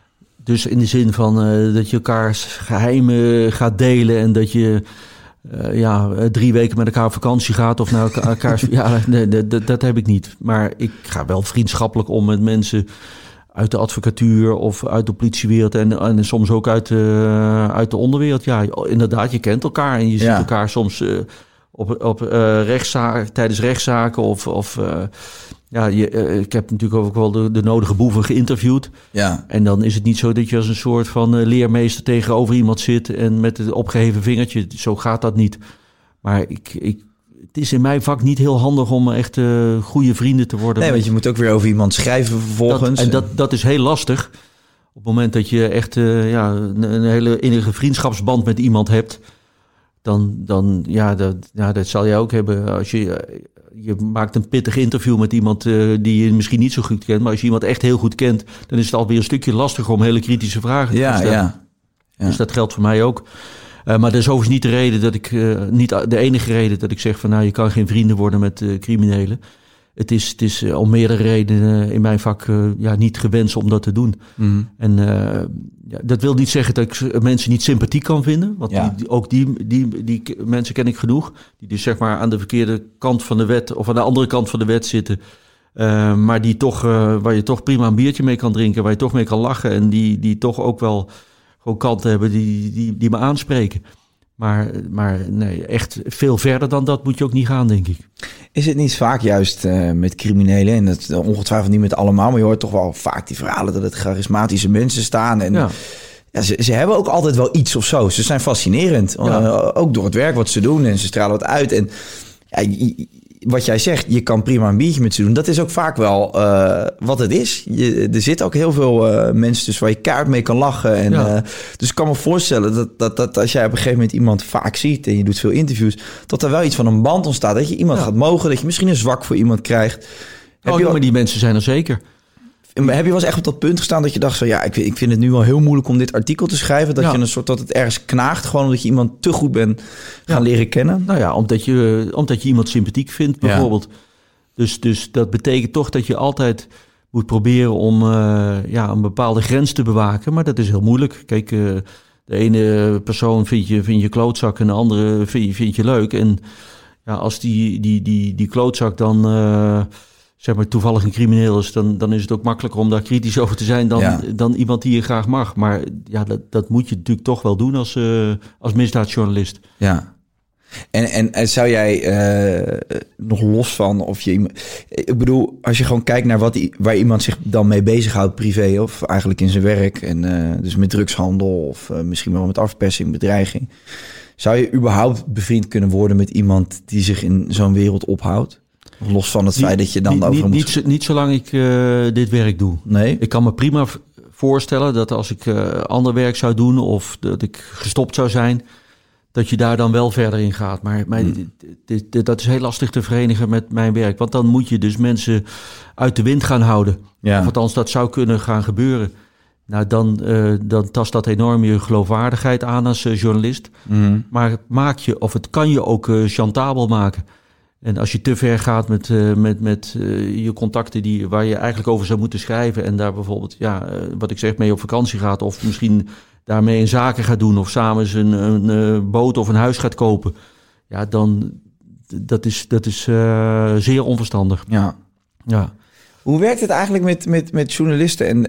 Dus in de zin van uh, dat je elkaars geheimen gaat delen en dat je uh, ja, drie weken met elkaar op vakantie gaat of naar elkaars... ja, nee, nee, dat, dat heb ik niet. Maar ik ga wel vriendschappelijk om met mensen uit de advocatuur of uit de politiewereld en, en soms ook uit de, uit de onderwereld. Ja, inderdaad, je kent elkaar en je ziet ja. elkaar soms uh, op, op uh, rechtszaken, tijdens rechtszaken of... of uh, Ja, je, uh, ik heb natuurlijk ook wel de, de nodige boeven geïnterviewd. Ja. En dan is het niet zo dat je als een soort van uh, leermeester tegenover iemand zit en met het opgeheven vingertje. Zo gaat dat niet. Maar ik, ik, het is in mijn vak niet heel handig om echt uh, goede vrienden te worden. Nee, want je moet ook weer over iemand schrijven vervolgens. Dat, en dat, dat is heel lastig. Op het moment dat je echt uh, ja, een, een hele innige vriendschapsband met iemand hebt, dan, dan ja, dat, ja, dat zal jij ook hebben als je... Uh, Je maakt een pittig interview met iemand uh, die je misschien niet zo goed kent. Maar als je iemand echt heel goed kent, dan is het alweer een stukje lastiger om hele kritische vragen ja, te stellen. Ja, ja. Dus dat geldt voor mij ook. Uh, maar dat is overigens niet de reden dat ik, uh, niet de enige reden dat ik zeg van nou, je kan geen vrienden worden met uh, criminelen. Het is, het is uh, om meerdere redenen in mijn vak uh, ja, niet gewenst om dat te doen. Mm. En uh, ja, dat wil niet zeggen dat ik mensen niet sympathiek kan vinden. Want ja. die, ook die, die, die mensen ken ik genoeg. Die dus zeg maar aan de verkeerde kant van de wet of aan de andere kant van de wet zitten. Uh, maar die toch, uh, waar je toch prima een biertje mee kan drinken. Waar je toch mee kan lachen. En die, die toch ook wel gewoon kanten hebben die, die, die me aanspreken. Maar, maar nee, echt veel verder dan dat moet je ook niet gaan, denk ik. Is het niet vaak juist uh, met criminelen, en dat ongetwijfeld niet met allemaal, maar je hoort toch wel vaak die verhalen dat het charismatische mensen staan. En ja. Ja, ze, ze hebben ook altijd wel iets of zo. Ze zijn fascinerend, ja. uh, ook door het werk wat ze doen en ze stralen wat uit. En ja, wat jij zegt, je kan prima een biertje met ze doen. Dat is ook vaak wel uh, wat het is. Je, er zitten ook heel veel uh, mensen dus waar je kaart mee kan lachen. En, ja. uh, dus ik kan me voorstellen dat, dat, dat als jij op een gegeven moment iemand vaak ziet en je doet veel interviews, dat er wel iets van een band ontstaat. Dat je iemand ja. gaat mogen, dat je misschien een zwak voor iemand krijgt. Heb oh, je al... maar die mensen zijn er zeker. Heb je wel eens echt op dat punt gestaan dat je dacht, zo, ja, ik, ik vind het nu wel heel moeilijk om dit artikel te schrijven. Dat ja. je een soort dat het ergens knaagt, gewoon omdat je iemand te goed bent gaan ja. leren kennen. Nou ja, omdat je, omdat je iemand sympathiek vindt, bijvoorbeeld. Ja. Dus, dus dat betekent toch dat je altijd moet proberen om uh, ja, een bepaalde grens te bewaken. Maar dat is heel moeilijk. Kijk, uh, de ene persoon vind je, vind je klootzak en de andere vind je, vind je leuk. En ja, als die, die, die, die klootzak dan Uh, zeg maar toevallig een crimineel is, dan, dan is het ook makkelijker om daar kritisch over te zijn dan, ja. dan iemand die je graag mag. Maar ja, dat, dat moet je natuurlijk toch wel doen als, uh, als misdaadjournalist. Ja. En, en, en zou jij uh, nog los van of je... Ik bedoel, als je gewoon kijkt naar wat, waar iemand zich dan mee bezighoudt privé of eigenlijk in zijn werk. En uh, dus met drugshandel of uh, misschien wel met afpersing, bedreiging. Zou je überhaupt bevriend kunnen worden met iemand die zich in zo'n wereld ophoudt? Los van het niet, feit dat je dan niet, over moet... Niet, niet zolang ik uh, dit werk doe. Nee? Ik kan me prima voorstellen dat als ik uh, ander werk zou doen of dat ik gestopt zou zijn, dat je daar dan wel verder in gaat. Maar, maar hmm. dit, dit, dit, dat is heel lastig te verenigen met mijn werk. Want dan moet je dus mensen uit de wind gaan houden. Ja. Of althans, dat zou kunnen gaan gebeuren. Nou, dan, uh, dan tast dat enorm je geloofwaardigheid aan als uh, journalist. Hmm. Maar het maak je, of het kan je ook uh, chantabel maken. En als je te ver gaat met, uh, met, met uh, je contacten die, waar je eigenlijk over zou moeten schrijven en daar bijvoorbeeld, ja, uh, wat ik zeg, mee op vakantie gaat of misschien daarmee een zaken gaat doen of samen een, een, een boot of een huis gaat kopen, ja, dan dat is, dat is uh, zeer onverstandig. Ja. Ja. Hoe werkt het eigenlijk met, met, met journalisten en, en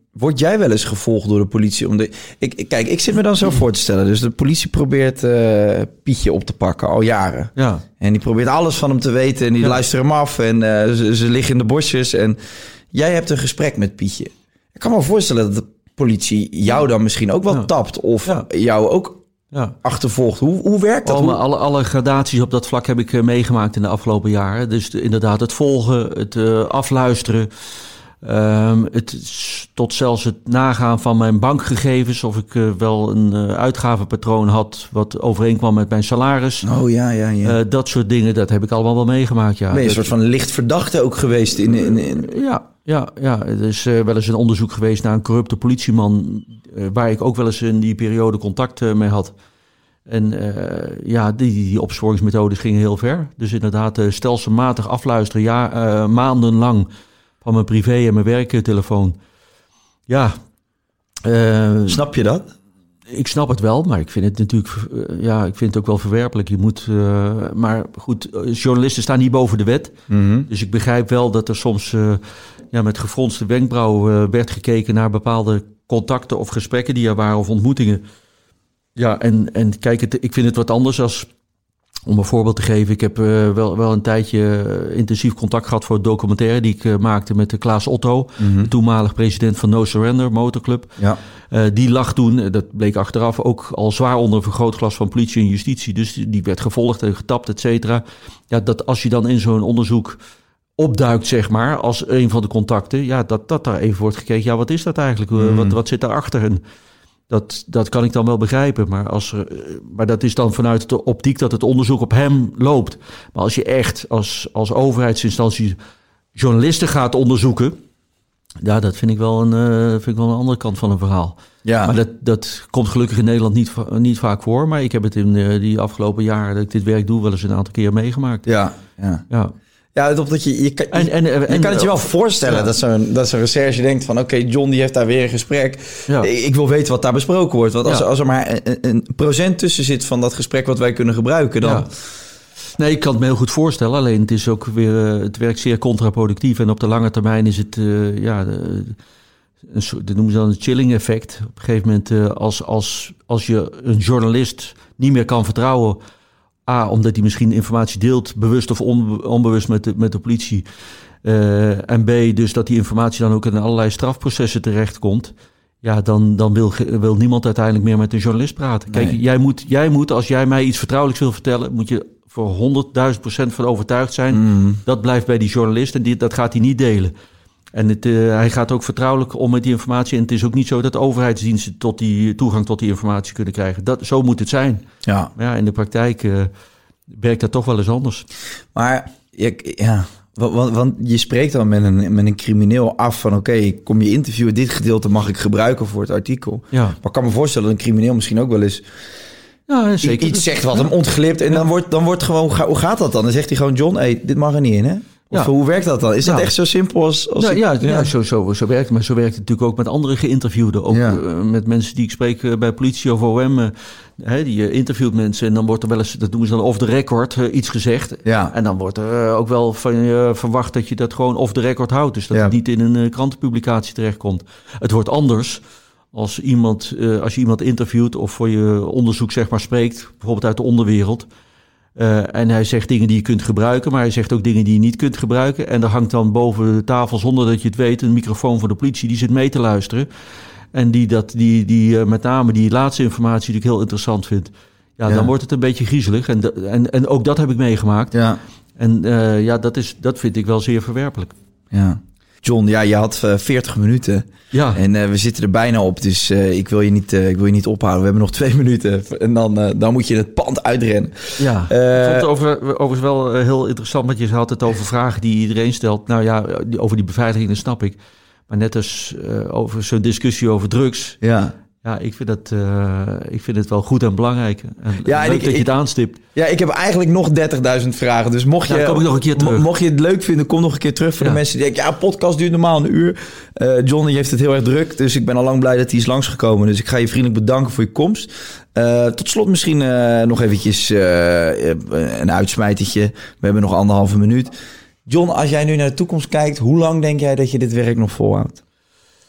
word jij wel eens gevolgd door de politie? Om de, ik, ik, kijk, ik zit me dan zo voor te stellen. Dus de politie probeert uh, Pietje op te pakken, al jaren. Ja. En die probeert alles van hem te weten. En die ja. luisteren hem af. En uh, ze, ze liggen in de bosjes. En jij hebt een gesprek met Pietje. Ik kan me voorstellen dat de politie jou dan misschien ook wel ja. tapt. Of ja. jou ook ja. achtervolgt. Hoe, hoe werkt dat? Oh, alle, alle gradaties op dat vlak heb ik uh, meegemaakt in de afgelopen jaren. Dus de, inderdaad het volgen, het uh, afluisteren... Um, het, tot zelfs het nagaan van mijn bankgegevens... of ik uh, wel een uh, uitgavenpatroon had... wat overeenkwam met mijn salaris. Oh ja, ja, ja. Uh, dat soort dingen, dat heb ik allemaal wel meegemaakt, ja. Ben je een dat, soort van licht verdachte ook geweest? In, in, in... Ja, ja, ja. Er is uh, wel eens een onderzoek geweest naar een corrupte politieman... Uh, waar ik ook wel eens in die periode contact uh, mee had. En uh, ja, die, die opsporingsmethodes gingen heel ver. Dus inderdaad uh, stelselmatig afluisteren, ja, uh, maandenlang... van mijn privé en mijn werktelefoon. Ja. Uh, snap je dat? Ik snap het wel, maar ik vind het natuurlijk... Uh, ja, ik vind het ook wel verwerpelijk. Je moet... Uh, maar goed, journalisten staan niet boven de wet. Mm-hmm. Dus ik begrijp wel dat er soms... Uh, ja, met gefronste wenkbrauw uh, werd gekeken... naar bepaalde contacten of gesprekken die er waren... of ontmoetingen. Ja, en, en kijk, het, ik vind het wat anders als... Om een voorbeeld te geven, ik heb uh, wel, wel een tijdje uh, intensief contact gehad voor het documentaire die ik uh, maakte met de Klaas Otto, mm-hmm. de toenmalig president van No Surrender motorclub. Ja. Uh, die lag toen, dat bleek achteraf, ook al zwaar onder een vergrootglas van politie en justitie. Dus die werd gevolgd en getapt, et cetera. Ja, dat als je dan in zo'n onderzoek opduikt, zeg maar, als een van de contacten, ja, dat, dat daar even wordt gekeken, ja, wat is dat eigenlijk? Mm. Wat, wat zit daarachter? En Dat, dat kan ik dan wel begrijpen, maar, als er, maar dat is dan vanuit de optiek dat het onderzoek op hem loopt. Maar als je echt als, als overheidsinstantie journalisten gaat onderzoeken, ja, dat vind ik wel een, uh, vind ik wel een andere kant van een verhaal. Ja. Maar dat, dat komt gelukkig in Nederland niet, niet vaak voor, maar ik heb het in uh, die afgelopen jaren dat ik dit werk doe wel eens een aantal keer meegemaakt. Ja, ja. ja. Ja, dat je, je, kan, en, en, en, je kan het je wel voorstellen ja. dat zo'n, dat zo'n recherche denkt van... oké, okay, John die heeft daar weer een gesprek. Ja. Ik, ik wil weten wat daar besproken wordt. Want als, ja. als er maar een, een procent tussen zit van dat gesprek wat wij kunnen gebruiken... dan... Ja. Nee, ik kan het me heel goed voorstellen. Alleen het is ook weer, het werkt zeer contraproductief. En op de lange termijn is het, uh, ja, de, een soort, dat noemen ze dan een chilling effect. Op een gegeven moment, uh, als, als, als je een journalist niet meer kan vertrouwen... A, omdat hij misschien informatie deelt, bewust of on, onbewust met de, met de politie. Uh, en B, dus dat die informatie dan ook in allerlei strafprocessen terechtkomt. Ja, dan, dan wil, wil niemand uiteindelijk meer met een journalist praten. Kijk, nee. jij, moet, jij moet, als jij mij iets vertrouwelijks wil vertellen... moet je voor honderdduizend procent van overtuigd zijn. Mm. Dat blijft bij die journalist en die, dat gaat hij niet delen. En het, uh, hij gaat ook vertrouwelijk om met die informatie. En het is ook niet zo dat overheidsdiensten tot die, toegang tot die informatie kunnen krijgen. Dat, zo moet het zijn. Ja. Maar ja, in de praktijk uh, werkt dat toch wel eens anders. Maar ja, ja want, want je spreekt dan met een, met een crimineel af van... oké, okay, kom je interviewen, dit gedeelte mag ik gebruiken voor het artikel. Ja. Maar ik kan me voorstellen dat een crimineel misschien ook wel eens... Ja, zeker. Iets zegt wat hem ontglipt en ja. dan wordt dan wordt gewoon... hoe gaat dat dan? Dan zegt hij gewoon, John, hey, dit mag er niet in, hè? Of ja. hoe werkt dat dan? Is dat ja. echt zo simpel als... als ja, ik, ja, ja. ja zo, zo, zo werkt het. Maar zo werkt het natuurlijk ook met andere geïnterviewden. Ook ja. uh, met mensen die ik spreek uh, bij politie of O M. Uh, hè, die uh, interviewt mensen en dan wordt er wel eens... dat doen ze dan off the record uh, iets gezegd. Ja. En dan wordt er uh, ook wel van uh, verwacht dat je dat gewoon off the record houdt. Dus dat ja. het niet in een uh, krantenpublicatie terechtkomt. Het wordt anders als, iemand, uh, als je iemand interviewt of voor je onderzoek zeg maar spreekt. Bijvoorbeeld uit de onderwereld. Uh, en hij zegt dingen die je kunt gebruiken, maar hij zegt ook dingen die je niet kunt gebruiken. En er hangt dan boven de tafel, zonder dat je het weet, een microfoon van de politie. Die zit mee te luisteren. En die, dat, die, die uh, met name die laatste informatie die ik heel interessant vind. Ja, ja. dan wordt het een beetje griezelig. En, de, en, en ook dat heb ik meegemaakt. Ja. En uh, ja, dat, is, dat vind ik wel zeer verwerpelijk. Ja. John, ja, je had uh, veertig minuten. Ja. En uh, we zitten er bijna op, dus uh, ik, wil je niet, uh, ik wil je niet ophouden. We hebben nog twee minuten en dan, uh, dan moet je het pand uitrennen. Ja, uh, ik vond het over, overigens wel uh, heel interessant, want je had het over vragen die iedereen stelt. Nou ja, over die beveiliging, dat snap ik. Maar net als uh, over zo'n discussie over drugs... Ja. Ja, ik vind, dat, uh, ik vind het wel goed en belangrijk. En ja, leuk en ik, dat je het aanstipt. Ja, ik heb eigenlijk nog dertigduizend vragen. Dus mocht je, ja, kom ik nog een keer terug. Mocht je het leuk vinden, kom nog een keer terug. Voor ja. de mensen die denken, ja, podcast duurt normaal een uur. Uh, John, die heeft het heel erg druk. Dus ik ben al lang blij dat hij is langsgekomen. Dus ik ga je vriendelijk bedanken voor je komst. Uh, tot slot misschien uh, nog eventjes uh, een uitsmijtertje. We hebben nog anderhalve minuut. John, als jij nu naar de toekomst kijkt, hoe lang denk jij dat je dit werk nog volhoudt?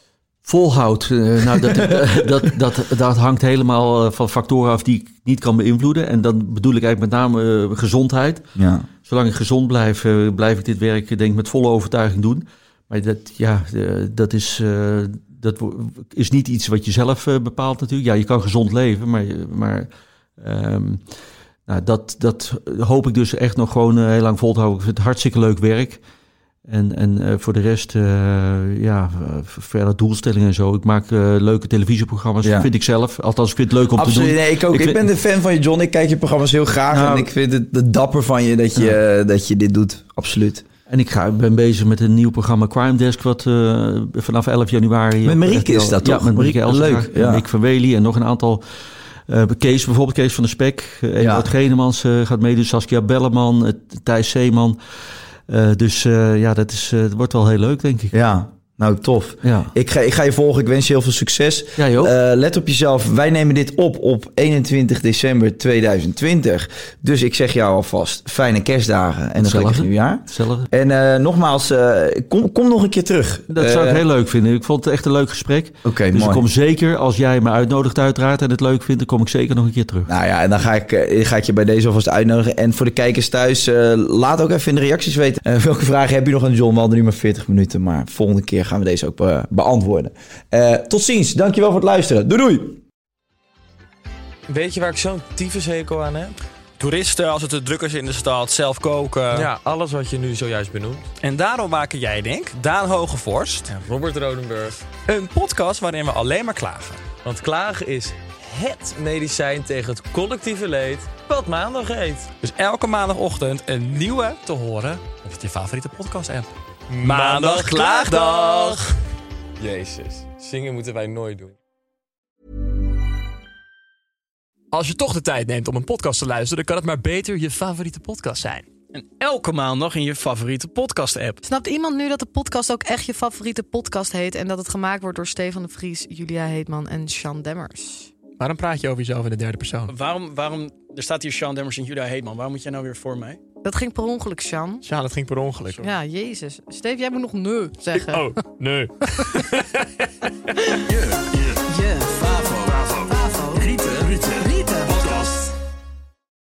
volhoudt. Uh, nou, dat, uh, dat, dat, dat hangt helemaal uh, van factoren af die ik niet kan beïnvloeden. En dan bedoel ik eigenlijk met name uh, gezondheid. Ja. Zolang ik gezond blijf, uh, blijf ik dit werk denk ik met volle overtuiging doen. Maar dat, ja, uh, dat, is, uh, dat is niet iets wat je zelf uh, bepaalt natuurlijk. Ja, je kan gezond leven, maar... maar um, nou, dat, dat hoop ik dus echt nog gewoon uh, heel lang vol te houden. Ik vind het hartstikke leuk werk. En, en uh, voor de rest, uh, ja, uh, verder doelstellingen en zo. Ik maak uh, leuke televisieprogramma's, ja. vind ik zelf. Althans, ik vind het leuk om Absoluut, te doen. Nee, ik ook. Ik, ik ben de fan van je, John. Ik kijk je programma's heel graag. Nou, en ik vind het, het dapper van je dat je, ja. uh, dat je dit doet. Absoluut. En ik ga, ben bezig met een nieuw programma Crime Desk... wat uh, vanaf elf januari... Met Marieke is dat, ja, toch? Met Marieke Elsegraag. Leuk, ja. En Nick van Wely en nog een aantal... Uh, Kees, bijvoorbeeld Kees van der Spek. Uh, Eduard ja. Genemans uh, gaat meedoen. Saskia Belleman. Uh, Thijs Zeeman. Uh, dus uh, ja, dat is, uh, het wordt wel heel leuk, denk ik. Ja, nou tof. Ja. Ik, ga, ik ga je volgen. Ik wens je heel veel succes. Ja, ook. Uh, let op jezelf. Wij nemen dit op op eenentwintig december tweeduizend twintig. Dus ik zeg jou alvast fijne kerstdagen. En een gelukkig nieuwjaar. Hetzelfde. En uh, nogmaals, uh, kom, kom nog een keer terug. Dat uh, zou ik heel leuk vinden. Ik vond het echt een leuk gesprek. Oké, okay, dus mooi. ik kom zeker, als jij me uitnodigt uiteraard en het leuk vindt, dan kom ik zeker nog een keer terug. Nou ja, en dan ga ik, uh, ga ik je bij deze alvast uitnodigen. En voor de kijkers thuis, uh, laat ook even in de reacties weten. Uh, welke vragen heb je nog aan John? We hadden nu maar veertig minuten, maar volgende keer gaan we deze ook uh, beantwoorden. Uh, tot ziens. Dankjewel voor het luisteren. Doei doei. Weet je waar ik zo'n tyfushekel aan heb? Toeristen, als het te druk is in de stad, zelf koken. Ja, alles wat je nu zojuist benoemt. En daarom maken jij, denk Daan Hogevorst en Robert Rodenburg een podcast waarin we alleen maar klagen. Want klagen is het medicijn tegen het collectieve leed wat maandag heet. Dus elke maandagochtend een nieuwe te horen op je favoriete podcast-app. Maandag Klaagdag! Jezus, zingen moeten wij nooit doen. Als je toch de tijd neemt om een podcast te luisteren, dan kan het maar beter je favoriete podcast zijn. En elke maandag in je favoriete podcast-app. Snapt iemand nu dat de podcast ook echt je favoriete podcast heet en dat het gemaakt wordt door Stefan de Vries, Julia Heetman en Sean Demmers? Waarom praat je over jezelf in de derde persoon? Waarom, waarom, er staat hier Sean Demmers en Julia Heetman. Waarom moet jij nou weer voor mij? Dat ging per ongeluk, Sean. Ja, dat ging per ongeluk. Ja, jezus. Steve, jij moet nog nee zeggen. Oh, nee.